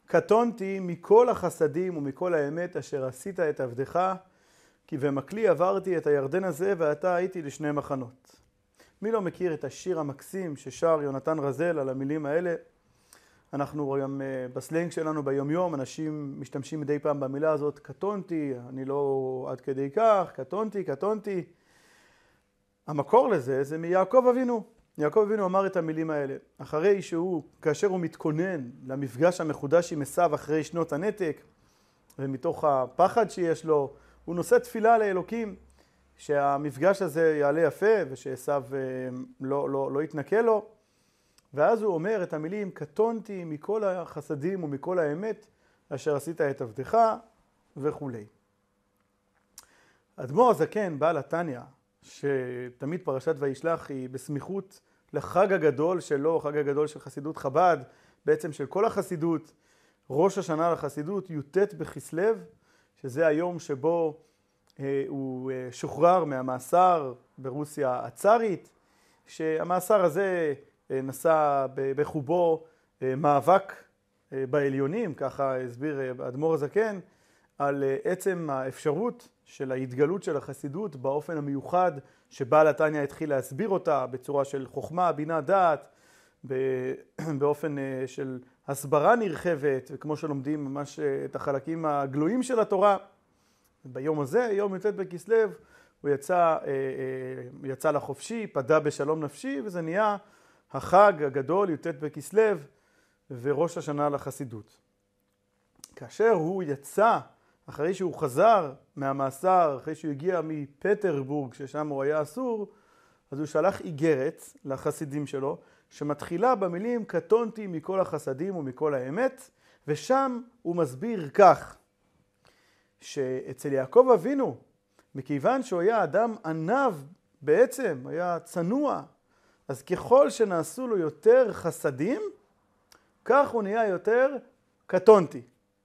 קטונתי מכל החסדים ומכל האמת אשר עשית את עבדך, כי במקלי עברתי את הירדן הזה ואתה הייתי לשני מחנות. מי לא מכיר את השיר המקסים ששר יונתן רזל על המילים האלה? אנחנו גם בסלנג שלנו ביומיום, אנשים משתמשים מדי פעם במילה הזאת, קטונתי, אני לא עד כדי כך, קטונתי, קטונתי. המקור לזה זה מיעקב אבינו. יעקב אבינו אמר את המילים האלה, אחרי שהוא, כאשר הוא מתכונן למפגש המחודש עם עשיו אחרי שנות הנתק, ומתוך הפחד שיש לו, הוא נושא תפילה לאלוקים, שהמפגש הזה יעלה יפה, ושעשיו לא יתנקה לו, ואז הוא אומר את המילים, קטונתי מכל החסדים ומכל האמת, אשר עשית את עבדך, וכו'. אדמו"ר הזקן, בעל התניא, שתמיד פרשת וישלח היא בסמיכות לחג הגדול שלו, חג הגדול של חסידות חב"ד, בעצם של כל החסידות, ראש השנה לחסידות, י"ט בכסלו, שזה היום שבו הוא שוחרר מהמאסר ברוסיה הצארית, שהמאסר הזה נשא בחובו מאבק בעליונים, ככה הסביר אדמו"ר הזקן, על עצם האפשרות של ההתגלות של החסידות באופן המיוחד שבעל התניא התחיל להסביר אותה בצורה של חוכמה, בינה, דעת, באופן של הסברה נרחבת, וכמו שלומדים ממש את החלקים הגלויים של התורה. ביום הזה, יום י"ט בכסלו, הוא יצא לחופשי, פדה בשלום נפשי, וזה נהיה החג הגדול, י"ט בכסלו, וראש השנה לחסידות. כאשר הוא יצא, אחרי שהוא חזר מהמאסר, אחרי שהוא הגיע מפטרבורג, ששם הוא היה אסור, אז הוא שלח איגרת לחסידים שלו, שמתחילה במילים קטונתי מכל החסדים ומכל האמת, ושם הוא מסביר כך, שאצל יעקב אבינו, מכיוון שהוא היה אדם ענב בעצם, היה צנוע, אז ככל שנעשו לו יותר חסדים, כך הוא נהיה יותר קטונתי.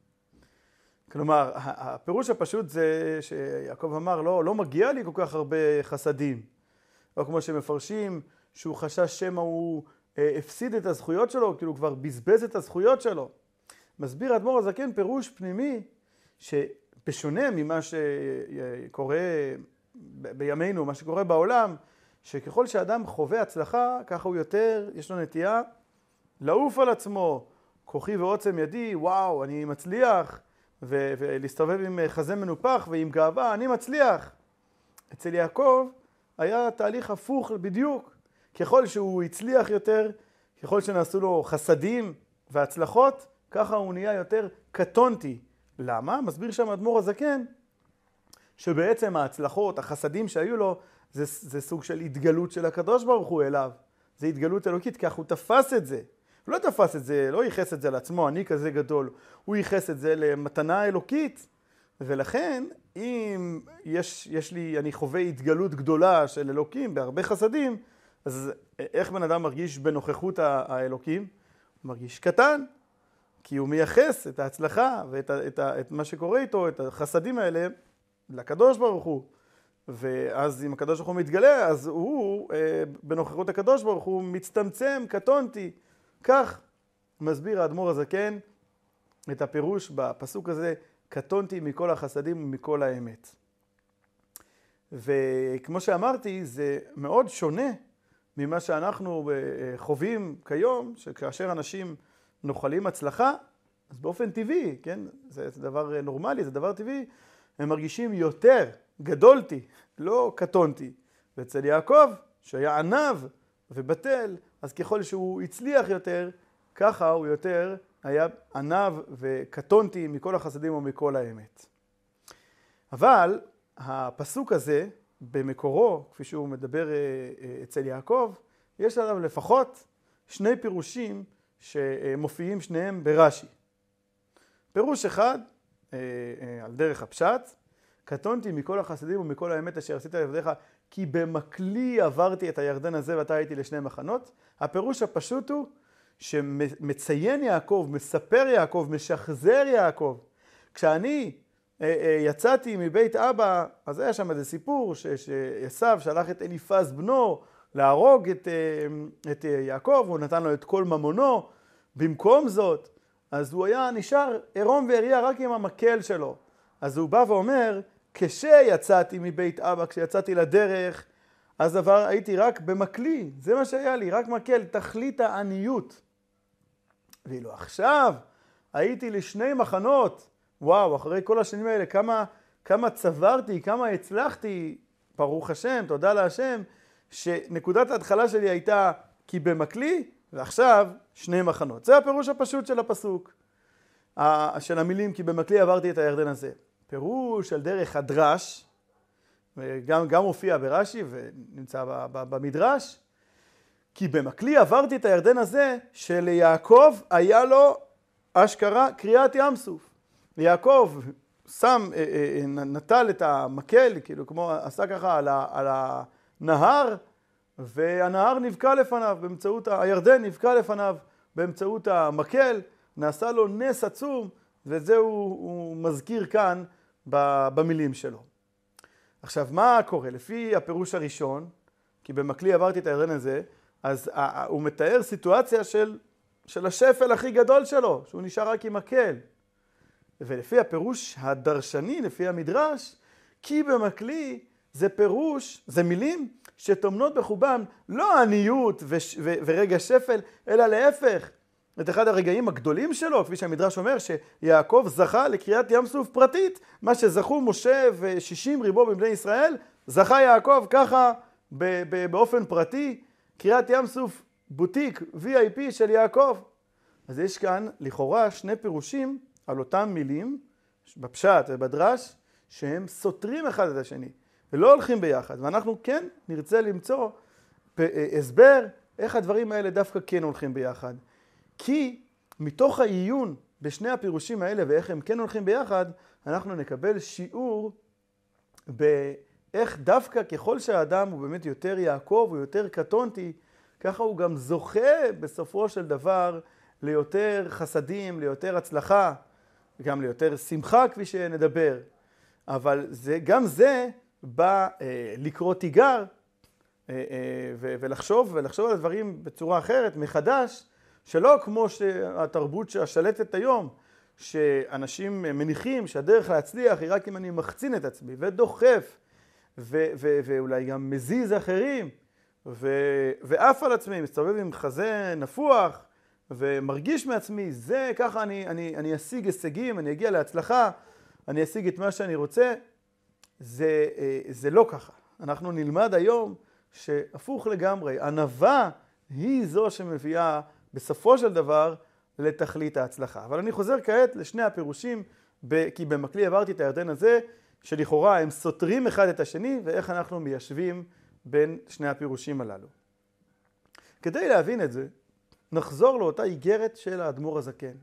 כלומר, הפירוש הפשוט זה שיעקב אמר, לא מגיע לי כל כך הרבה חסדים. או כמו שמפרשים, שהוא חשש שמא הוא הפסיד את הזכויות שלו, כאילו הוא כבר בזבז את הזכויות שלו. מסביר אדמו"ר הזקן פירוש פנימי, שבשונה ממה שקורה בימינו, מה שקורה בעולם, שככל שאדם חווה הצלחה, ככה הוא יותר, יש לו נטייה לעוף על עצמו, כוחי ועוצם ידי, וואו, אני מצליח, ולהסתובב עם חזה מנופח ועם גאווה, אני מצליח. אצל יעקב היה תהליך הפוך בדיוק. ככל שהוא הצליח יותר, ככל שנעשו לו חסדים והצלחות, ככה הוא נהיה יותר קטונתי. למה? מסביר שם אדמו"ר הזקן, שבעצם ההצלחות, החסדים שהיו לו, זה סוג של התגלות של הקדוש ברוך הוא אליו. זה התגלות אלוקית, כך הוא תפס את זה. הוא לא תפס את זה, לא ייחס את זה לעצמו, אני כזה גדול. הוא ייחס את זה למתנה אלוקית. ולכן, אם אני חווה התגלות גדולה של אלוקים בהרבה חסדים, אז איך בן אדם מרגיש בנוכחות האלוקים? הוא מרגיש קטן, כי הוא מייחס את ההצלחה ואת מה שקורה איתו, את החסדים האלה, לקדוש ברוך הוא. ואז אם הקדוש ברוך הוא מתגלה, אז הוא, בנוכחות הקדוש ברוך הוא, מצטמצם, קטונתי. כך מסביר האדמו"ר הזקן את הפירוש בפסוק הזה, קטונתי מכל החסדים ומכל האמת. וכמו שאמרתי, זה מאוד שונה ממה שאנחנו חווים כיום, שכאשר אנשים נוחלים הצלחה, אז באופן טבעי, כן? זה דבר נורמלי, זה דבר טבעי, הם מרגישים יותר, גדולתי, לא קטונתי. ואצל יעקב, שהיה ענב ובטל, אז ככל שהוא הצליח יותר, ככה הוא יותר היה ענב וקטונתי מכל החסדים ומכל האמת. אבל הפסוק הזה, במקורו, כפי שהוא מדבר אצל יעקב, יש עליו לפחות שני פירושים שמופיעים שניהם ברש"י. פירוש אחד, על דרך הפשט, קטונתי מכל החסדים ומכל האמת אשר עשית לעבדיך, כי במקלי עברתי את הירדן הזה ואתה הייתי לשני מחנות. הפירוש הפשוט הוא שמציין יעקב, מספר יעקב, משחזר יעקב. כשאני יצאתי מבית אבא, אז היה שם איזה סיפור שעשיו שלח את אליפז בנו להרוג את יעקב, הוא נתן לו את כל ממונו. במקום זאת, אז הוא היה נשאר עירום ועריה רק עם המקל שלו. אז הוא בא ואומר, כשיצאתי מבית אבא, כשיצאתי לדרך, אז הייתי רק במקלי, זה מה שהיה לי, רק מקל, תכלית העניות. ואילו עכשיו הייתי לשני מחנות, וואו, אחרי כל השנים האלה, כמה צברתי, כמה הצלחתי, ברוך השם, תודה להשם, שנקודת ההתחלה שלי הייתה כי במקלי, ועכשיו שני מחנות. זה הפירוש הפשוט של הפסוק, של המילים, כי במקלי עברתי את הירדן הזה. פירוש על דרך הדרש, גם הופיע ברש"י ונמצא במדרש, כי במקלי עברתי את הירדן הזה, שליעקב היה לו אשכרה קריאת ים סוף. ליעקב נטל את המקל, כאילו כמו עשה ככה על הנהר, והנהר נבקע לפניו, הירדן נבקע לפניו באמצעות המקל, נעשה לו נס עצום, וזה הוא מזכיר כאן במילים שלו. עכשיו, מה קורה? לפי הפירוש הראשון, כי במקלי עברתי את הירדן הזה, אז הוא מתאר סיטואציה של השפל הכי גדול שלו, שהוא נשאר רק עם מקל. ולפי הפירוש הדרשני, לפי המדרש, כי במקלי זה פירוש, זה מילים שטומנות בחובם לא עניות ורגע שפל, אלא להפך. את אחד הרגעים הגדולים שלו, כפי שהמדרש אומר, שיעקב זכה לקריאת ים סוף פרטית, מה שזכו משה ו60 ריבו בבני ישראל, זכה יעקב ככה באופן פרטי, קריאת ים סוף בוטיק VIP של יעקב. אז יש כאן לכאורה שני פירושים על אותם מילים, בפשט ובדרש, שהם סותרים אחד את השני, ולא הולכים ביחד. ואנחנו כן נרצה למצוא הסבר איך הדברים האלה דווקא כן הולכים ביחד. כי מתוך העיון בשני הפירושים האלה ואיך הם כן הולכים ביחד, אנחנו נקבל שיעור באיך דווקא ככל שהאדם הוא באמת יותר יעקב, הוא יותר קטונתי, ככה הוא גם זוכה בסופו של דבר ליותר חסדים, ליותר הצלחה, גם ליותר שמחה כפי שנדבר. אבל גם זה בא לקרוא תיגר ולחשוב על הדברים בצורה אחרת, מחדש, שלא כמו שהתרבות שהשלטת היום, שאנשים מניחים שהדרך להצליח היא רק אם אני מחצין את עצמי ודוחף ואולי גם מזיז אחרים ואף על עצמי, מסתובב עם חזה נפוח ומרגיש מעצמי, זה ככה אני אשיג הישגים, אני אגיע להצלחה, אני אשיג את מה שאני רוצה. זה לא ככה. אנחנו נלמד היום שהפוך לגמרי, ענווה היא זו שמביאה בסופו של דבר לתכלית ההצלחה. אבל אני חוזר כעת לשני הפירושים, כי במקלי עברתי את הירדן הזה, שלכאורה הם סותרים אחד את השני, ואיך אנחנו מיישבים בין שני הפירושים הללו. כדי להבין את זה, נחזור לאותה איגרת של האדמו"ר הזקן,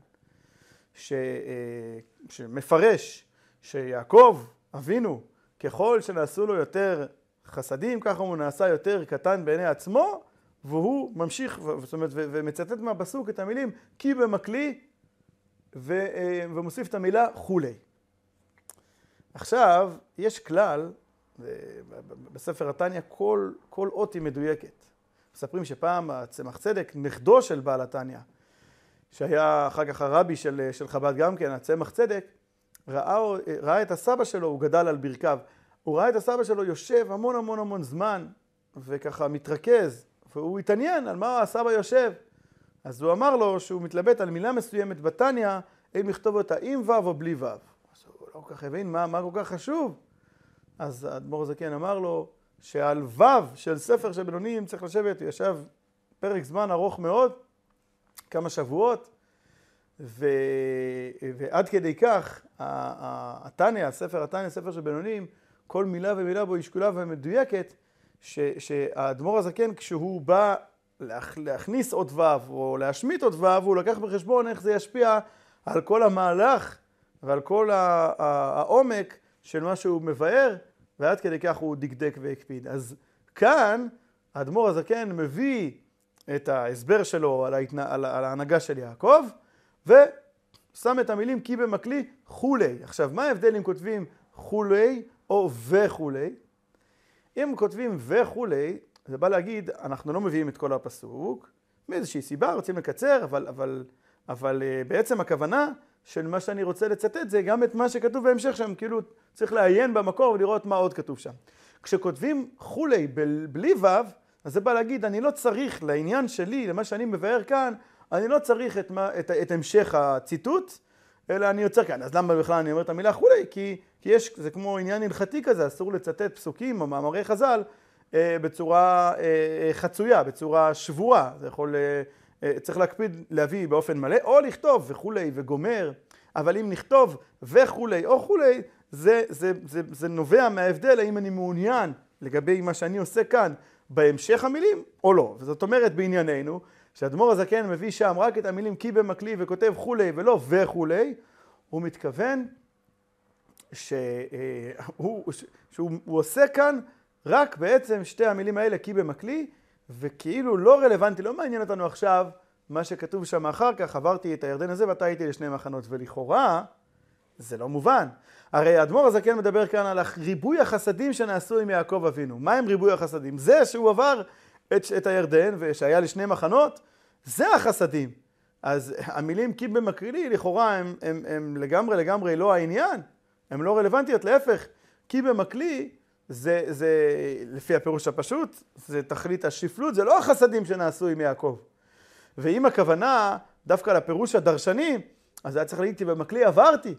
שמפרש שיעקב אבינו, ככל שנעשו לו יותר חסדים, ככה הוא נעשה יותר קטן בעיני עצמו, והוא ממשיך, זאת אומרת, ומצטט מהפסוק את המילים, כי במקלי, ומוסיף את המילה חולי. עכשיו, יש כלל, בספר התניא, כל אות היא מדויקת. מספרים שפעם הצמח צדק, נכדו של בעל התניא, שהיה אחר כך הרבי של חב"ד גם כן, הצמח צדק, ראה את הסבא שלו, הוא גדל על ברכיו, הוא ראה את הסבא שלו יושב המון זמן, וככה מתרכז, והוא התעניין על מה הסבא יושב. אז הוא אמר לו שהוא מתלבט על מילה מסוימת בתניא, אם לכתוב אותה עם ו' או בלי ו'. אז הוא לא כל כך הבין מה כל כך חשוב. אז האדמו"ר הזקן אמר לו שעל ו' של ספר של בינונים צריך לשבת, הוא ישב פרק זמן ארוך מאוד, כמה שבועות, ועד כדי כך, התניא, ספר התניא, ספר של בינונים, כל מילה ומילה בו היא שקולה ומדויקת, שהאדמו"ר הזקן כשהוא בא להכניס עוד ו' או להשמיט עוד ו', הוא לקח בחשבון איך זה ישפיע על כל המהלך ועל כל העומק של מה שהוא מבאר, ועד כדי כך הוא דקדק והקפיד. אז כאן האדמו"ר הזקן מביא את ההסבר שלו על ההנהגה של יעקב, ושם את המילים כי במקלי חולי. עכשיו, מה ההבדל אם כותבים חולי או וכולי? אם כותבים וכולי, זה בא להגיד, אנחנו לא מביאים את כל הפסוק, מאיזושהי סיבה, רוצים לקצר, אבל בעצם הכוונה של מה שאני רוצה לצטט זה גם את מה שכתוב בהמשך שם, כאילו צריך לעיין במקור ולראות מה עוד כתוב שם. כשכותבים חולי בלי וו, אז זה בא להגיד, אני לא צריך לעניין שלי, למה שאני מבאר כאן, אני לא צריך את המשך הציטוט, אלא אני יוצר כאן. אז למה בכלל אני אומר את המילה חולי? כי זה כמו עניין הלכתי כזה, אסור לצטט פסוקים או מאמרי חז"ל בצורה חצויה, בצורה שבורה. זה יכול, צריך להקפיד להביא באופן מלא, או לכתוב וכולי וגומר, אבל אם נכתוב וכולי או חולי, זה נובע מההבדל האם אני מעוניין לגבי מה שאני עושה כאן בהמשך המילים או לא. וזאת אומרת בענייננו, שהאדמו"ר הזקן מביא שם רק את המילים כי במקלי וכותב חולי ולא וכולי, הוא מתכוון שהוא עושה כאן רק בעצם שתי המילים האלה כי במקלי, וכאילו לא רלוונטי, לא מעניין אותנו עכשיו מה שכתוב שם אחר כך, עברתי את הירדן הזה ואתה הייתי לשני מחנות, ולכאורה זה לא מובן. הרי האדמו"ר הזקן מדבר כאן על ריבוי החסדים שנעשו עם יעקב אבינו. מה הם ריבוי החסדים? זה שהוא עבר את הירדן ושהיה לשני מחנות, זה החסדים. אז המילים כי במקלי לכאורה הם לגמרי לא העניין, הם לא רלוונטיות, להפך. כי במקלי זה לפי הפירוש הפשוט, זה תכלית השפלות, זה לא החסדים שנעשו עם יעקב. ואם הכוונה דווקא לפירוש הדרשני, אז היה צריך להגיד כי במקלי עברתי,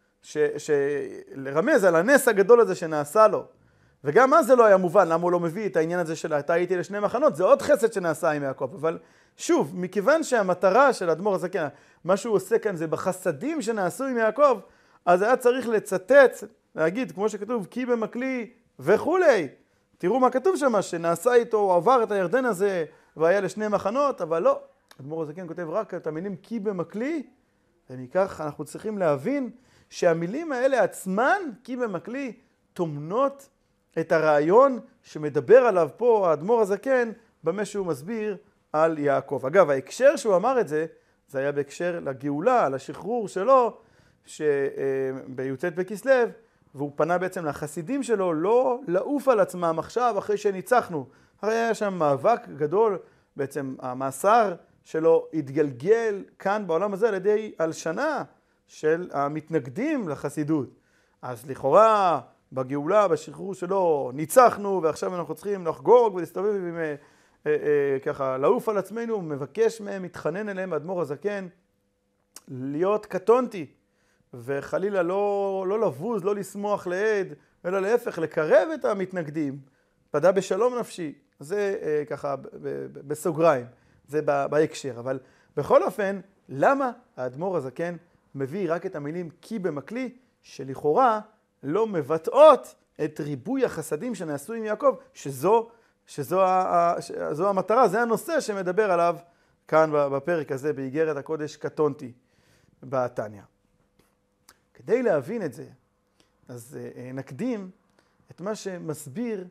לרמז על הנס הגדול הזה שנעשה לו. וגם אז זה לא היה מובן, למה הוא לא מביא את העניין הזה של אתה הייתי לשני מחנות, זה עוד חסד שנעשה עם יעקב. אבל שוב, מכיוון שהמטרה של האדמו"ר הזקן, מה שהוא עושה כאן זה בחסדים שנעשו עם יעקב, אז היה צריך לצטט, להגיד, כמו שכתוב, כי במקלי וכולי. תראו מה כתוב שם, שנעשה איתו, הוא עבר את הירדן הזה, והיה לשני מחנות, אבל לא. האדמו"ר הזקן כותב רק את המילים כי במקלי, ומכך אנחנו צריכים להבין שהמילים האלה עצמן, כי במקלי, תומנות את הרעיון שמדבר עליו פה האדמו"ר הזקן, במה שהוא מסביר על יעקב. אגב, ההקשר שהוא אמר את זה, זה היה בהקשר לגאולה, לשחרור שלו, שבי"ט בכסלו, והוא פנה בעצם לחסידים שלו, לא לעוף על עצמם עכשיו אחרי שניצחנו. הרי היה שם מאבק גדול, בעצם המאסר שלו התגלגל כאן בעולם הזה על ידי הלשנה של המתנגדים לחסידות. אז לכאורה בגאולה, בשחרור שלו, ניצחנו ועכשיו אנחנו צריכים לחגוג ולהסתובב עם ככה, לעוף על עצמנו, הוא מבקש מהם, מתחנן אליהם, האדמו"ר הזקן, להיות קטונתי, וחלילה לא לבוז, לא לשמוח לעד, אלא להפך, לקרב את המתנגדים, פדה בשלום נפשי. זה ככה בסוגריים, זה בהקשר. אבל בכל אופן, למה האדמו"ר הזקן מביא רק את המילים כי במקלי, שלכאורה לא מבטאות את ריבוי החסדים שנעשו עם יעקב, שזו המטרה, זה הנושא שמדבר עליו כאן בפרק הזה, באיגרת הקודש קטונתי בתניא. כדי להבין את זה, אז נקדים את מה שמסביר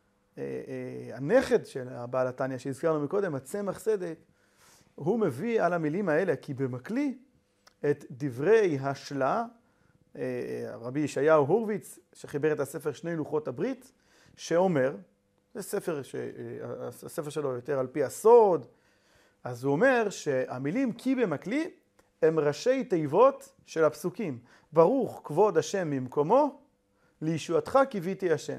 הנכד של הבעל התניא שהזכרנו מקודם, הצמח צדק. הוא מביא על המילים האלה, כי במקלי, את דברי השלה, רבי ישעיהו הורוביץ, שחיבר את הספר שני לוחות הברית, שאומר, זה הספר שלו יותר על פי הסוד, אז הוא אומר שהמילים כי במקלי הם ראשי תיבות של הפסוקים. ברוך כבוד השם ממקומו, לישועתך קיוויתי השם.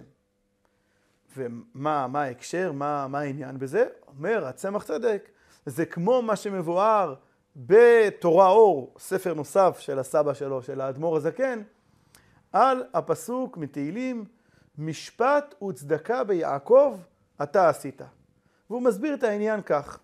ומה ההקשר, מה העניין בזה? אומר הצמח צדק, זה כמו מה שמבואר בתורה אור, ספר נוסף של הסבא שלו, של האדמו"ר הזקן, על הפסוק מתהילים, משפט וצדקה ביעקב אתה עשית. והוא מסביר את העניין כך.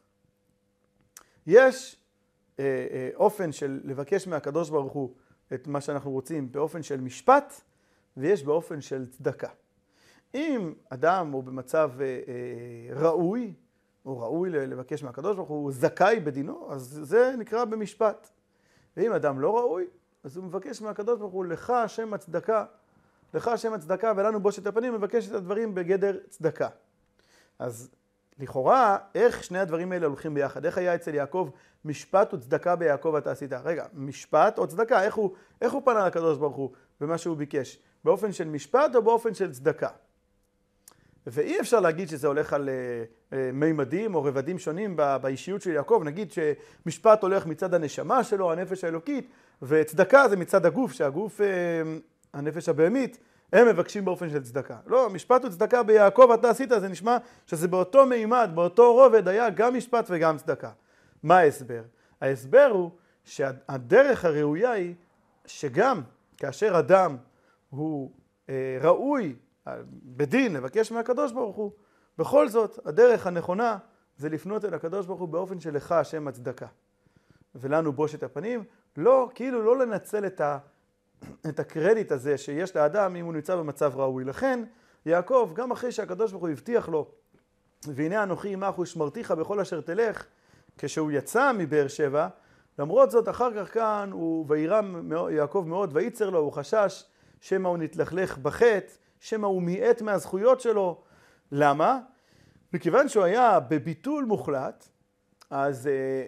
יש אופן של לבקש מהקדוש ברוך הוא את מה שאנחנו רוצים באופן של משפט, ויש באופן של צדקה. אם אדם הוא במצב ראוי, הוא ראוי לבקש מהקדוש ברוך הוא, הוא זכאי בדינו, אז זה נקרא במשפט. ואם אדם לא ראוי, אז הוא מבקש מהקדוש ברוך הוא, לך השם הצדקה, לך השם הצדקה ולנו בושת הפנים, מבקש את הדברים בגדר צדקה. אז לכאורה, איך שני הדברים האלה הולכים ביחד? איך היה אצל יעקב משפט וצדקה ביעקב אתה עשית? רגע, משפט או צדקה? איך הוא פנה לקדוש ברוך הוא במה שהוא ביקש? באופן של משפט או באופן של צדקה? ואי אפשר להגיד שזה הולך על מימדים או רבדים שונים באישיות של יעקב. נגיד שמשפט הולך מצד הנשמה שלו, הנפש האלוקית, וצדקה זה מצד הגוף, שהגוף, הנפש הבהמית, הם מבקשים באופן של צדקה. לא, משפט וצדקה ביעקב אתה עשית, זה נשמע שזה באותו מימד, באותו רובד היה גם משפט וגם צדקה. מה ההסבר? ההסבר הוא שהדרך הראויה היא שגם כאשר אדם הוא ראוי בדין לבקש מהקדוש ברוך הוא, בכל זאת הדרך הנכונה זה לפנות אל הקדוש ברוך הוא באופן שלך השם הצדקה ולנו בושת הפנים, לא, כאילו לא לנצל את הקרדיט הזה שיש לאדם אם הוא נמצא במצב ראוי. לכן יעקב, גם אחרי שהקדוש ברוך הוא הבטיח לו והנה אנוכי עמך ושמרתיך בכל אשר תלך, כשהוא יצא מבאר שבע, למרות זאת אחר כך כאן הוא וירם יעקב מאוד וייצר לו, הוא חשש שמא הוא נתלכלך בחטא, שמא הוא מיעט מהזכויות שלו. למה? מכיוון שהוא היה בביטול מוחלט, אז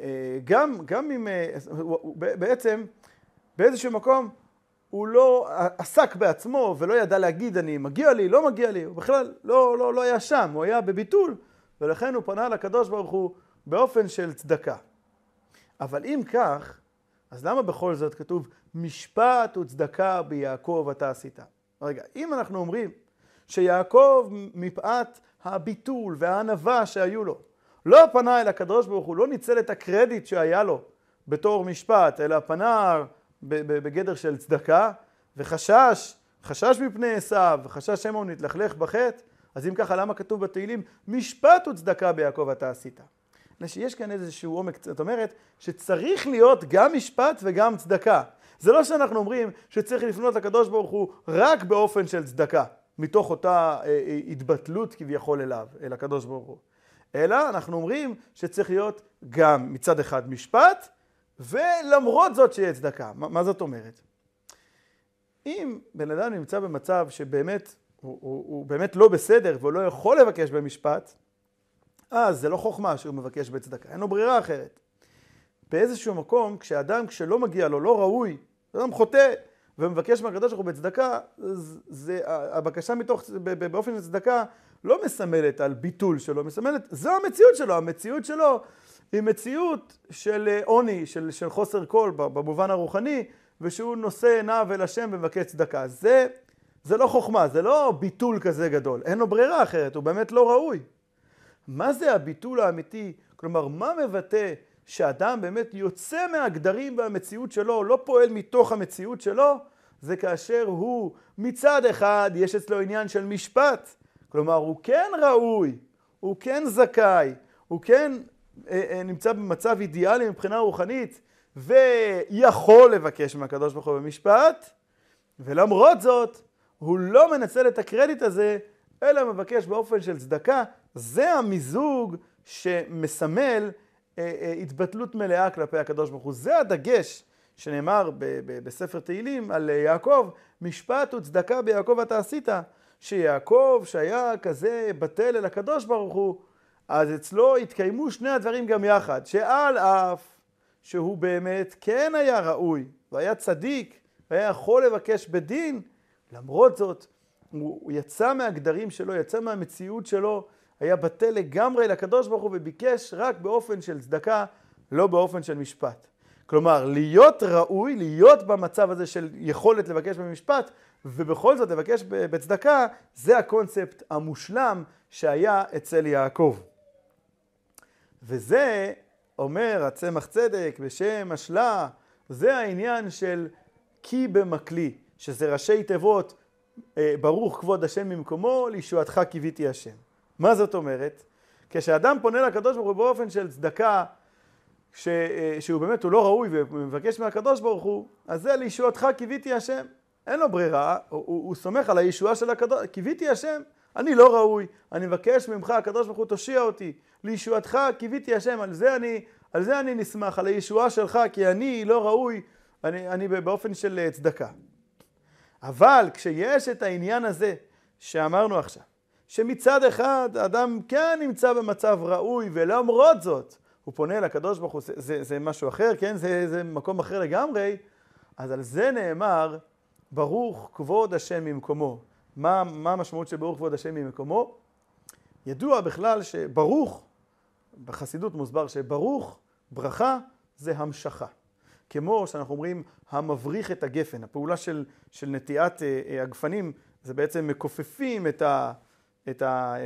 גם אם בעצם באיזשהו מקום הוא לא עסק בעצמו ולא ידע להגיד אני מגיע לי, לא מגיע לי, הוא בכלל לא היה שם, הוא היה בביטול, ולכן הוא פנה לקדוש ברוך הוא באופן של צדקה. אבל אם כך, אז למה בכל זאת כתוב משפט וצדקה ביעקב אתה עשית? רגע, אם אנחנו אומרים שיעקב מפאת הביטול והענווה שהיו לו, לא פנה אל הקדוש ברוך הוא, לא ניצל את הקרדיט שהיה לו בתור משפט, אלא פנה בגדר של צדקה, וחשש מפני עשיו, וחשש שמא הוא נתלכלך בחטא, אז אם ככה למה כתוב בתהילים משפט וצדקה ביעקב אתה עשית? יש כאן איזשהו עומק, זאת אומרת שצריך להיות גם משפט וגם צדקה. זה לא שאנחנו אומרים שצריך לפנות לקדוש ברוך הוא רק באופן של צדקה, מתוך אותה התבטלות כביכול אליו, אל הקדוש ברוך הוא. אלא אנחנו אומרים שצריך להיות גם מצד אחד משפט, ולמרות זאת שיהיה צדקה. מה זאת אומרת? אם בן אדם נמצא במצב שבאמת הוא באמת לא בסדר והוא לא יכול לבקש במשפט, אז זה לא חוכמה שהוא מבקש בצדקה, אין לו ברירה אחרת. באיזשהו מקום, כשאדם כשלא מגיע לו, לא ראוי, אדם חוטא ומבקש מהקדוש ברוך הוא בצדקה, הבקשה באופן של צדקה לא מסמלת על ביטול שלו, מסמלת, זו המציאות שלו, המציאות שלו היא מציאות של עוני, של חוסר קול במובן הרוחני, ושהוא נושא עיניו אל השם ומבקש צדקה. זה לא חוכמה, זה לא ביטול כזה גדול, אין לו ברירה אחרת, הוא באמת לא ראוי. מה זה הביטול האמיתי? כלומר, מה מבטא שאדם באמת יוצא מהגדרים והמציאות שלו, לא פועל מתוך המציאות שלו? זה כאשר הוא מצד אחד יש אצלו עניין של משפט, כלומר הוא כן ראוי, הוא כן זכאי, הוא כן נמצא במצב אידיאלי מבחינה רוחנית, ויכול לבקש מהקדוש ברוך הוא במשפט, ולמרות זאת הוא לא מנצל את הקרדיט הזה, אלא מבקש באופן של צדקה. זה המיזוג שמסמל התבטלות מלאה כלפי הקדוש ברוך הוא. זה הדגש שנאמר בספר תהילים על יעקב, משפט וצדקה ביעקב אתה עשית, שיעקב שהיה כזה בטל אל הקדוש ברוך הוא, אז אצלו התקיימו שני הדברים גם יחד, שעל אף שהוא באמת כן היה ראוי והיה צדיק והיה יכול לבקש בדין, למרות זאת הוא יצא מהגדרים שלו, יצא מהמציאות שלו, היה בטל לגמרי לקדוש ברוך הוא וביקש רק באופן של צדקה, לא באופן של משפט. כלומר, להיות ראוי, להיות במצב הזה של יכולת לבקש במשפט, ובכל זאת לבקש בצדקה, זה הקונספט המושלם שהיה אצל יעקב. וזה אומר הצמח צדק בשם השלה, זה העניין של כי במקלי, שזה ראשי תיבות, ברוך כבוד השם ממקומו, לישועתך קיוויתי השם. מה זאת אומרת? כשאדם פונה לקדוש ברוך הוא באופן של צדקה, שהוא באמת הוא לא ראוי ומבקש מהקדוש ברוך הוא, אז זה לישועתך קיוויתי השם. אין לו ברירה, הוא סומך על הישועה של הקדוש, קיוויתי השם, אני לא ראוי, אני מבקש ממך, הקדוש ברוך הוא תושיע אותי, לישועתך קיוויתי השם, על זה אני נשמח, על הישועה שלך, כי אני לא ראוי, אני באופן של צדקה. אבל כשיש את העניין הזה שאמרנו עכשיו, שמצד אחד האדם כן נמצא במצב ראוי, ולמרות זאת הוא פונה לקדוש ברוך הוא, זה משהו אחר, כן? זה מקום אחר לגמרי, אז על זה נאמר, ברוך כבוד השם ממקומו. מה המשמעות של ברוך כבוד השם ממקומו? ידוע בכלל שברוך, בחסידות מוסבר שברוך, ברכה, זה המשכה. כמו שאנחנו אומרים, המבריך את הגפן. הפעולה של נטיעת הגפנים, זה בעצם מכופפים את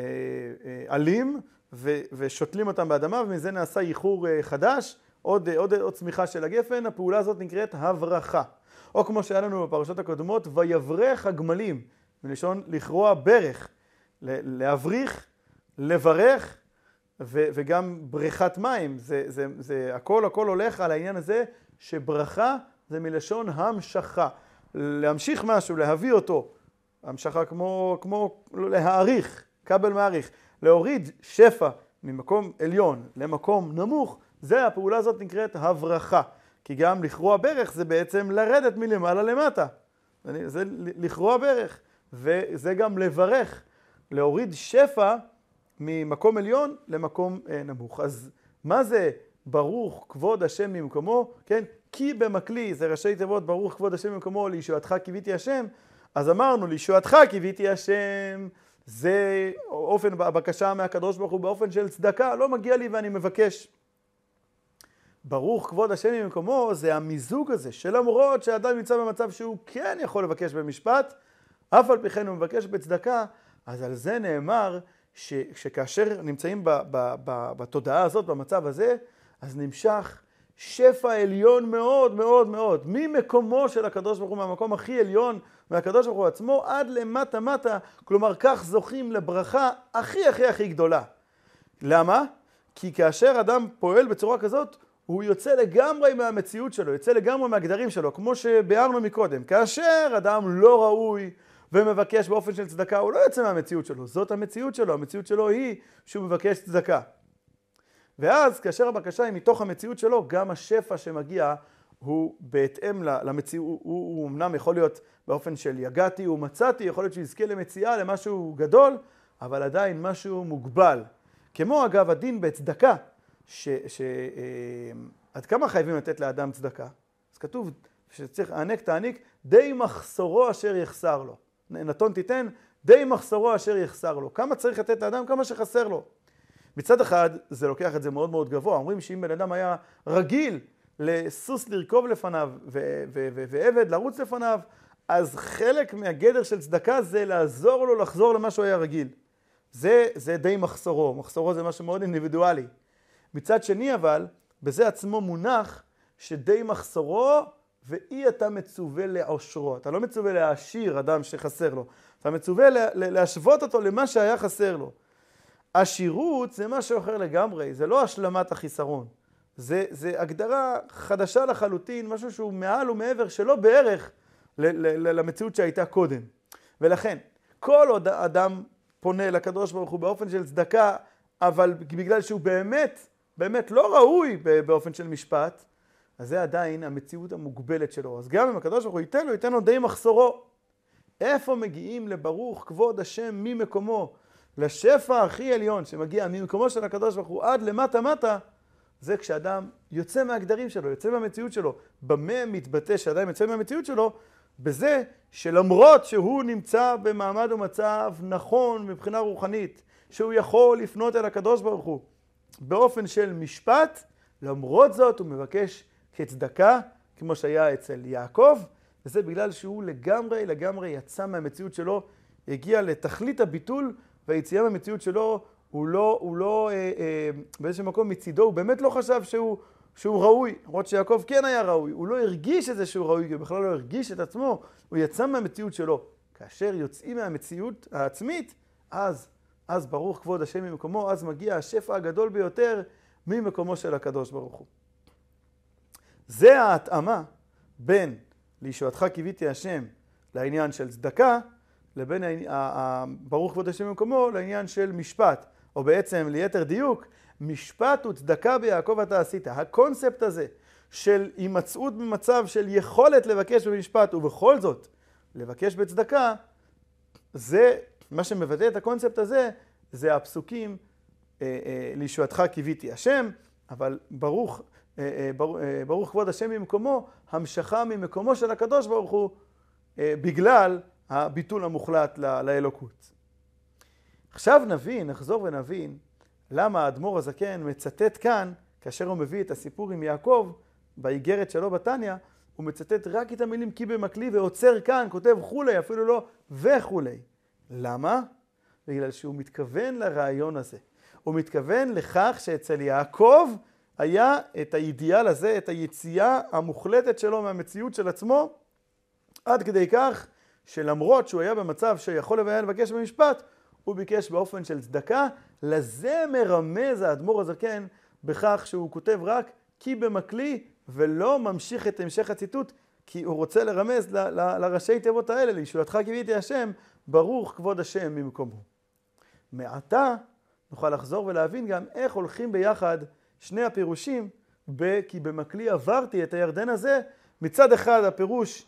העלים ושותלים אותם באדמה, ומזה נעשה ייחור חדש, עוד צמיחה של הגפן. הפעולה הזאת נקראת הברכה. או כמו שהיה לנו בפרשות הקודמות, ויברך הגמלים, מלשון לכרוע ברך, להבריך, לברך, וגם בריכת מים. זה הכל הולך על העניין הזה שברכה זה מלשון המשכה. להמשיך משהו, להביא אותו. המשכה כמו להעריך, כבל מעריך. להוריד שפע ממקום עליון למקום נמוך, זה הפעולה הזאת נקראת הברכה. כי גם לכרוע ברך זה בעצם לרדת מלמעלה למטה. זה לכרוע ברך. וזה גם לברך, להוריד שפע ממקום עליון למקום נמוך. אז מה זה ברוך כבוד השם ממקומו? כן? כי במקלי, זה ראשי תיבות ברוך כבוד השם ממקומו, לישועתך קיוויתי השם. אז אמרנו, לישועתך קיוויתי השם, זה אופן הבקשה מהקדוש ברוך הוא באופן של צדקה, לא מגיע לי ואני מבקש. ברוך כבוד השם ממקומו, זה המיזוג הזה, שלמרות שהאדם נמצא במצב שהוא כן יכול לבקש במשפט, אף על פי כן הוא מבקש בצדקה, אז על זה נאמר שכאשר נמצאים בתודעה הזאת, במצב הזה, אז נמשך שפע עליון מאוד מאוד מאוד, ממקומו של הקדוש ברוך הוא, מהמקום הכי עליון, מהקדוש ברוך הוא עצמו, עד למטה מטה, כלומר כך זוכים לברכה הכי גדולה. למה? כי כאשר אדם פועל בצורה כזאת, הוא יוצא לגמרי מהמציאות שלו, יוצא לגמרי מהגדרים שלו, כמו שביארנו מקודם. כאשר אדם לא ראוי ומבקש באופן של צדקה, הוא לא יוצא מהמציאות שלו, זאת המציאות שלו, המציאות שלו היא שהוא מבקש צדקה. ואז כאשר הבקשה היא מתוך המציאות שלו, גם השפע שמגיע הוא בהתאם למציאות, הוא אמנם יכול להיות באופן של יגעתי ומצאתי, יכול להיות שיזכה למציאה למשהו גדול, אבל עדיין משהו מוגבל. כמו אגב הדין בצדקה, עד כמה חייבים לתת לאדם צדקה? אז כתוב שצריך הענק תעניק, די מחסורו אשר יחסר לו. נתון תיתן, די מחסורו אשר יחסר לו. כמה צריך לתת לאדם? כמה שחסר לו. מצד אחד, זה לוקח את זה מאוד מאוד גבוה. אומרים שאם בן אדם היה רגיל לסוס לרכוב לפניו ועבד לרוץ לפניו, אז חלק מהגדר של צדקה זה לעזור לו לחזור למה שהוא היה רגיל. זה די מחסורו. מחסורו זה משהו מאוד אינדיבידואלי. מצד שני אבל, בזה עצמו מונח שדי מחסורו ואי אתה מצווה לעושרו. אתה לא מצווה להעשיר אדם שחסר לו. אתה מצווה להשוות אותו למה שהיה חסר לו. עשירות זה משהו אחר לגמרי, זה לא השלמת החיסרון. זה הגדרה חדשה לחלוטין, משהו שהוא מעל ומעבר שלא בערך למציאות שהייתה קודם. ולכן, כל עוד אדם פונה לקדוש ברוך הוא באופן של צדקה, אבל בגלל שהוא באמת לא ראוי באופן של משפט, אז זה עדיין המציאות המוגבלת שלו. אז גם אם הקדוש ברוך הוא ייתן לו די מחסורו. איפה מגיעים לברוך כבוד השם ממקומו? לשפע הכי עליון שמגיע ממקומו של הקדוש ברוך הוא עד למטה מטה, זה כשאדם יוצא מהגדרים שלו, יוצא מהמציאות שלו. במה מתבטא שאדם יוצא מהמציאות שלו? בזה שלמרות שהוא נמצא במעמד ומצב נכון מבחינה רוחנית, שהוא יכול לפנות אל הקדוש ברוך הוא באופן של משפט, למרות זאת הוא מבקש כצדקה, כמו שהיה אצל יעקב, וזה בגלל שהוא לגמרי יצא מהמציאות שלו, הגיע לתכלית הביטול, והיציאה מהמציאות שלו הוא לא באיזשהו מקום מצידו, הוא באמת לא חשב שהוא ראוי, למרות שיעקב כן היה ראוי, הוא לא הרגיש את זה שהוא ראוי, הוא בכלל לא הרגיש את עצמו, הוא יצא מהמציאות שלו. כאשר יוצאים מהמציאות העצמית, אז ברוך כבוד השם ממקומו, אז מגיע השפע הגדול ביותר ממקומו של הקדוש ברוך הוא. זה ההתאמה בין לישועתך קיוויתי השם לעניין של צדקה, לבין ברוך כבוד השם ממקומו לעניין של משפט, או בעצם ליתר דיוק, משפט וצדקה ביעקב אתה עשית. הקונספט הזה של הימצאות במצב של יכולת לבקש במשפט ובכל זאת לבקש בצדקה, זה מה שמבטא את הקונספט הזה, זה הפסוקים לישועתך קיוויתי השם, אבל ברוך כבוד השם ממקומו, המשכה ממקומו של הקדוש ברוך הוא, בגלל הביטול המוחלט לאלוקות. עכשיו נחזור ונבין, למה האדמו"ר הזקן מצטט כאן, כאשר הוא מביא את הסיפור עם יעקב, באיגרת שלו בתניא, הוא מצטט רק את המילים כי במקלי ועוצר כאן, כותב חולי, אפילו לא וכולי. למה? בגלל שהוא מתכוון לרעיון הזה. הוא מתכוון לכך שאצל יעקב היה את האידיאל הזה, את היציאה המוחלטת שלו מהמציאות של עצמו, עד כדי כך שלמרות שהוא היה במצב שיכול היה לבקש במשפט, הוא ביקש באופן של צדקה. לזה מרמז האדמו"ר הזקן בכך שהוא כותב רק כי במקלי, ולא ממשיך את המשך הציטוט, כי הוא רוצה לרמז לראשי תיבות האלה, לישועתך קיוויתי השם, ברוך כבוד השם ממקומו. מעתה נוכל לחזור ולהבין גם איך הולכים ביחד שני הפירושים כי במקלי עברתי את הירדן הזה. מצד אחד הפירוש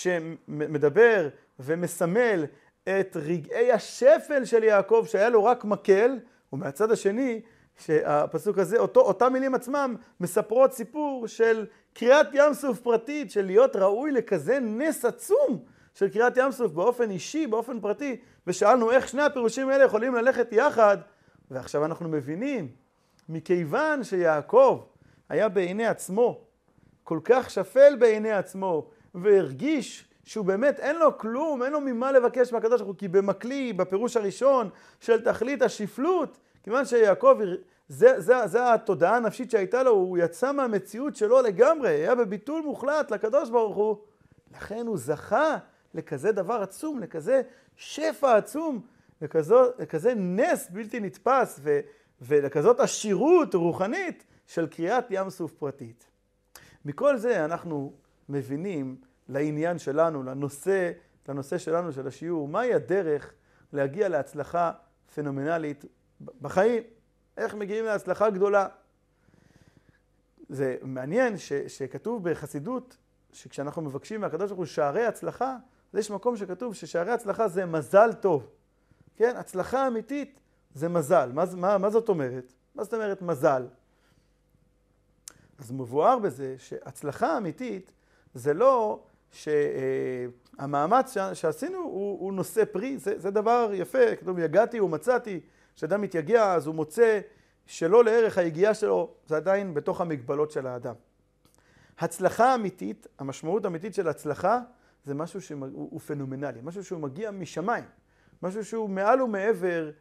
שמדבר ומסמל את רגעי השפל של יעקב שהיה לו רק מקל, ומהצד השני שהפסוק הזה, אותם מילים עצמם מספרות סיפור של קריאת ים סוף פרטית, של להיות ראוי לכזה נס עצום של קריאת ים סוף באופן אישי, באופן פרטי, ושאלנו איך שני הפירושים האלה יכולים ללכת יחד, ועכשיו אנחנו מבינים, מכיוון שיעקב היה בעיני עצמו, כל כך שפל בעיני עצמו, והרגיש שהוא באמת אין לו כלום, אין לו ממה לבקש מהקדוש ברוך הוא, כי במקלי, בפירוש הראשון של תכלית השפלות, כיוון שיעקב, זה התודעה הנפשית שהייתה לו, הוא יצא מהמציאות שלו לגמרי, היה בביטול מוחלט לקדוש ברוך הוא, לכן הוא זכה לכזה דבר עצום, לכזה שפע עצום, לכזה נס בלתי נתפס, ולכזאת עשירות רוחנית של קריאת ים סוף פרטית. מכל זה אנחנו מבינים לעניין שלנו, לנושא שלנו של השיעור, מהי הדרך להגיע להצלחה פנומנלית בחיים, איך מגיעים להצלחה גדולה. זה מעניין שכתוב בחסידות, שכשאנחנו מבקשים מהקדוש ברוך הוא שערי הצלחה, יש מקום שכתוב ששערי הצלחה זה מזל טוב. כן, הצלחה אמיתית זה מזל. מה זאת אומרת? מה זאת אומרת מזל? אז מבואר בזה שהצלחה אמיתית זה לא שהמאמץ שעשינו הוא נושא פרי, זה דבר יפה, כתוב יגעתי ומצאתי, כשאדם מתייגע אז הוא מוצא שלא לערך היגיעה שלו, זה עדיין בתוך המגבלות של האדם. הצלחה אמיתית, המשמעות האמיתית של הצלחה, זה משהו שהוא פנומנלי, משהו שהוא מגיע משמיים, משהו שהוא מעל ומעבר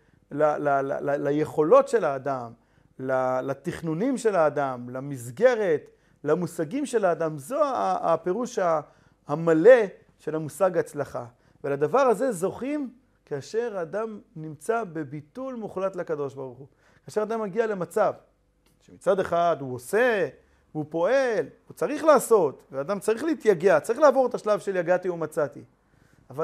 ליכולות של האדם, לתכנונים של האדם, למסגרת, למושגים של האדם. זו הפירוש המלא של המושג הצלחה. ולדבר הזה זוכים כאשר האדם נמצא בביטול מוחלט לקדוש ברוך הוא. כאשר האדם מגיע למצב שמצד אחד הוא עושה, הוא פועל, הוא צריך לעשות, והאדם צריך להתייגע, צריך לעבור את השלב של יגעתי ומצאתי. אבל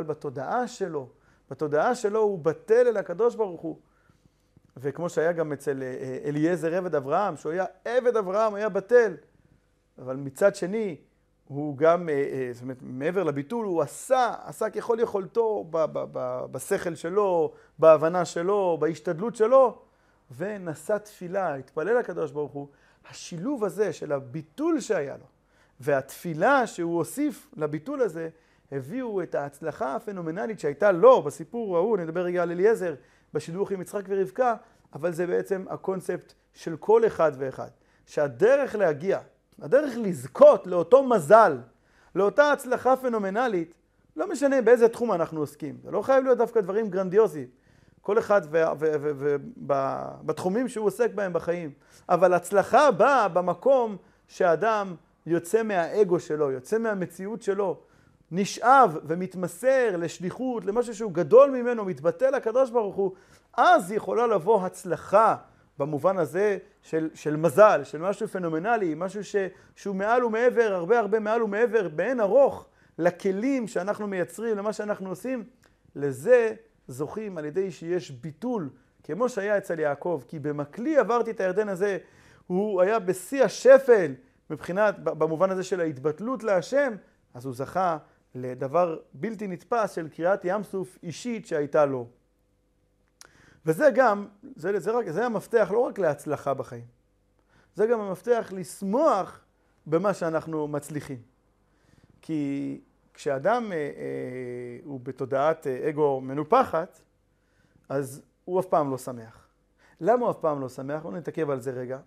בתודעה שלו הוא בטל אל הקדוש ברוך הוא. וכמו שהיה גם אצל אליעזר עבד אברהם, שהוא היה עבד אברהם, היה בטל. אבל מצד שני, הוא גם, זאת אומרת, מעבר לביטול, הוא עשה ככל יכולתו בשכל שלו, בהבנה שלו, בהשתדלות שלו, ונשא תפילה, התפלל לקדוש ברוך הוא. השילוב הזה של הביטול שהיה לו, והתפילה שהוא הוסיף לביטול הזה, הביאו את ההצלחה הפנומנלית שהייתה לו בסיפור ההוא, נדבר רגע על אליעזר, בשידוך עם יצחק ורבקה, אבל זה בעצם הקונספט של כל אחד ואחד. שהדרך להגיע, הדרך לזכות לאותו מזל, לאותה הצלחה פנומנלית, לא משנה באיזה תחום אנחנו עוסקים. זה לא חייב להיות דווקא דברים גרנדיוזיים. כל אחד בתחומים שהוא עוסק בהם בחיים. אבל הצלחה באה במקום שהאדם יוצא מהאגו שלו, יוצא מהמציאות שלו, נשאב ומתמסר לשליחות, למשהו שהוא גדול ממנו, מתבטא לקדוש ברוך הוא, אז יכולה לבוא הצלחה במובן הזה של מזל, של משהו פנומנלי, משהו שהוא מעל ומעבר, הרבה מעל ומעבר, באין ארוך, לכלים שאנחנו מייצרים, למה שאנחנו עושים. לזה זוכים על ידי שיש ביטול, כמו שהיה אצל יעקב, כי במקלי עברתי את הירדן הזה, הוא היה בשיא השפל, מבחינת, במובן הזה של ההתבטלות להשם, אז הוא זכה לדבר בלתי נתפס של קריאת ים סוף אישית שהייתה לו. וזה גם, זה המפתח לא רק להצלחה בחיים, זה גם המפתח לשמוח במה שאנחנו מצליחים. כי כשאדם הוא בתודעת אגו מנופחת, אז הוא אף פעם לא שמח. למה הוא אף פעם לא שמח? בואו נתעכב על זה רגע.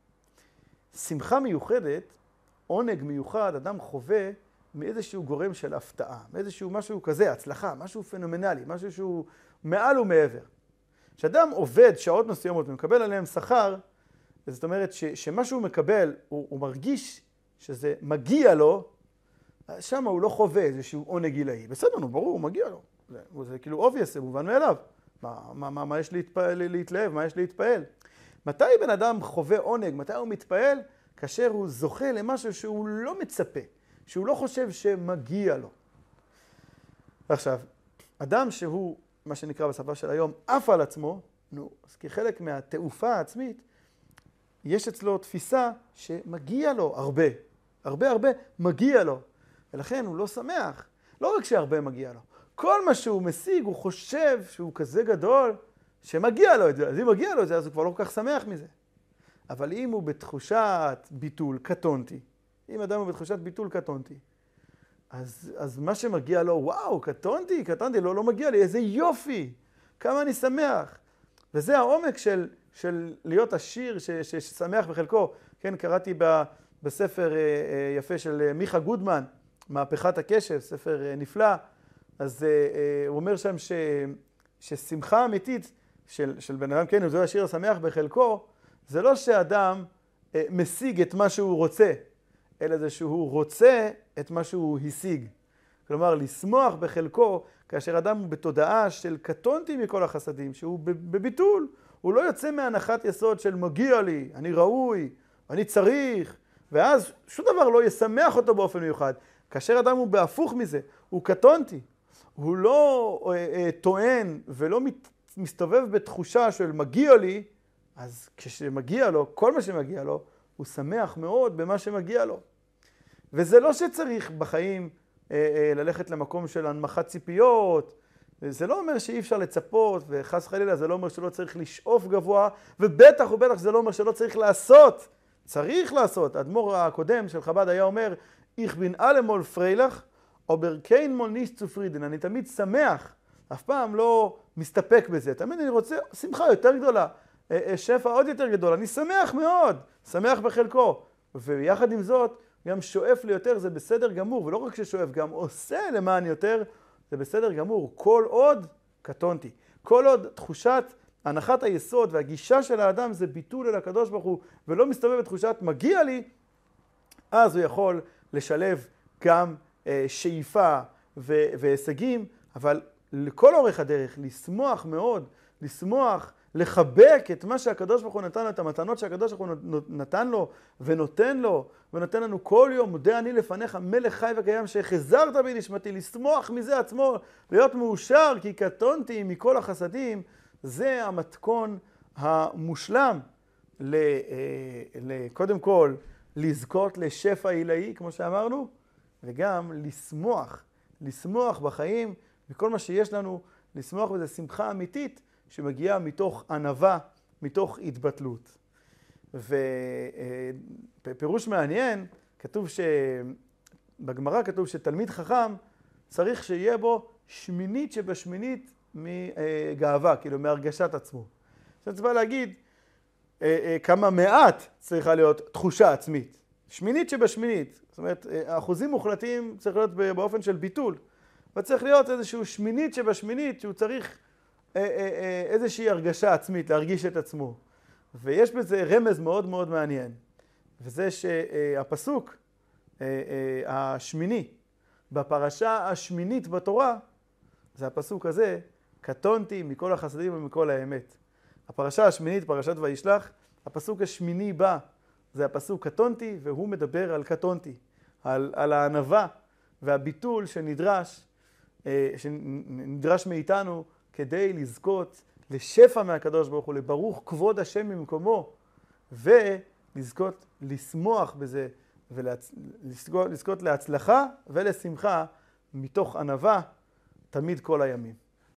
שמחה מיוחדת, עונג מיוחד, אדם חווה מאיזשהו גורם של הפתעה, מאיזשהו משהו כזה, הצלחה, משהו פנומנלי, משהו שהוא מעל ומעבר. כשאדם עובד שעות מסוימות ומקבל עליהם שכר, זאת אומרת שמה שהוא מקבל, הוא מרגיש שזה מגיע לו, שם הוא לא חווה איזשהו עונג עילאי. בסדר, ברור, הוא מגיע לו. זה כאילו obvious, זה מובן מאליו. מה יש להתלהב, מה יש להתפעל? מתי בן אדם חווה עונג, מתי הוא מתפעל? כאשר הוא זוכה למשהו שהוא לא מצפה, שהוא לא חושב שמגיע לו. עכשיו, אדם שהוא, מה שנקרא בשפה של היום, עף על עצמו, אז כחלק מהתעופה העצמית, יש אצלו תפיסה שמגיע לו הרבה מגיע לו. ולכן הוא לא שמח. לא רק שהרבה מגיע לו. כל מה שהוא משיג, הוא חושב שהוא כזה גדול, שמגיע לו את זה. אז אם מגיע לו את זה, אז הוא כבר לא כל כך שמח מזה. אבל אם הוא בתחושת ביטול, קטונתי, אם אדם הוא בתחושת ביטול, קטונתי, אז מה שמגיע לו, וואו, קטונתי, לא מגיע לי, איזה יופי, כמה אני שמח. וזה העומק של להיות עשיר ששמח בחלקו. כן, קראתי בספר יפה של מיכה גודמן, מהפכת הקשב, ספר נפלא. אז הוא אומר שם ששמחה אמיתית של בן אדם, כן, זה עשיר השמח בחלקו, זה לא שאדם משיג את מה שהוא רוצה, אלא זה שהוא רוצה את מה שהוא השיג. כלומר, לשמוח בחלקו, כאשר אדם הוא בתודעה של קטונתי מכל החסדים, שהוא בביטול, הוא לא יוצא מהנחת יסוד של מגיע לי, אני ראוי, אני צריך, ואז שום דבר לא ישמח אותו באופן מיוחד. כאשר אדם הוא בהפוך מזה, הוא קטונתי, הוא לא טוען ולא מסתובב בתחושה של מגיע לי, אז כשמגיע לו, כל מה שמגיע לו, הוא שמח מאוד במה שמגיע לו. וזה לא שצריך בחיים ללכת למקום של הנמכת ציפיות, זה לא אומר שאי אפשר לצפות, וחס חלילה זה לא אומר שלא צריך לשאוף גבוה, ובטח זה לא אומר שלא צריך לעשות. צריך לעשות. האדמו"ר הקודם של חב"ד היה אומר, איך בין אלמול פריילך, אובר קיין מול נישט צופרידן. אני תמיד שמח, אף פעם לא מסתפק בזה. תמיד אני רוצה שמחה יותר גדולה, שפע עוד יותר גדול. אני שמח מאוד, שמח בחלקו. ויחד עם זאת, גם שואף ליותר, זה בסדר גמור. ולא רק ששואף, גם עושה למען יותר, זה בסדר גמור. כל עוד קטונתי. כל עוד תחושת הנחת היסוד והגישה של האדם זה ביטול אל הקדוש ברוך הוא, ולא מסתובב בתחושת מגיע לי, אז הוא יכול לשלב גם שאיפה והישגים, אבל לכל אורך הדרך, לשמוח מאוד, לשמוח, לחבק את מה שהקדוש ברוך הוא נתן לו, את המתנות שהקדוש ברוך הוא נתן לו ונותן לנו כל יום, מודה אני לפניך, מלך חי וקיים שהחזרת בי נשמתי, לשמוח מזה עצמו, להיות מאושר, כי קטונתי מכל החסדים, זה המתכון המושלם, קודם כל, לזכות לשפע עילאי, כמו שאמרנו, וגם לשמוח בחיים, וכל מה שיש לנו, לשמוח בזה שמחה אמיתית, שמגיעה מתוך ענווה, מתוך התבטלות. ופירוש מעניין, בגמרא כתוב שתלמיד חכם צריך שיהיה בו שמינית שבשמינית מגאווה, כאילו מהרגשת עצמו. עכשיו צריך להגיד כמה מעט צריכה להיות תחושה עצמית. שמינית שבשמינית, זאת אומרת, אחוזים מוחלטים צריך להיות באופן של ביטול, וצריך להיות איזשהו שמינית שבשמינית שהוא צריך איזושהי הרגשה עצמית, להרגיש את עצמו. ויש בזה רמז מאוד מאוד מעניין, וזה שהפסוק השמיני, בפרשה השמינית בתורה, זה הפסוק הזה, קטונתי מכל החסדים ומכל האמת. הפרשה השמינית, פרשת וישלח, הפסוק השמיני בא, זה הפסוק קטונתי, והוא מדבר על קטונתי, על הענווה והביטול שנדרש מאיתנו כדי לזכות לשפע מהקדוש ברוך הוא, לברוך כבוד השם ממקומו, ולזכות לשמוח בזה, ולזכות להצלחה ולשמחה מתוך ענווה תמיד כל הימים.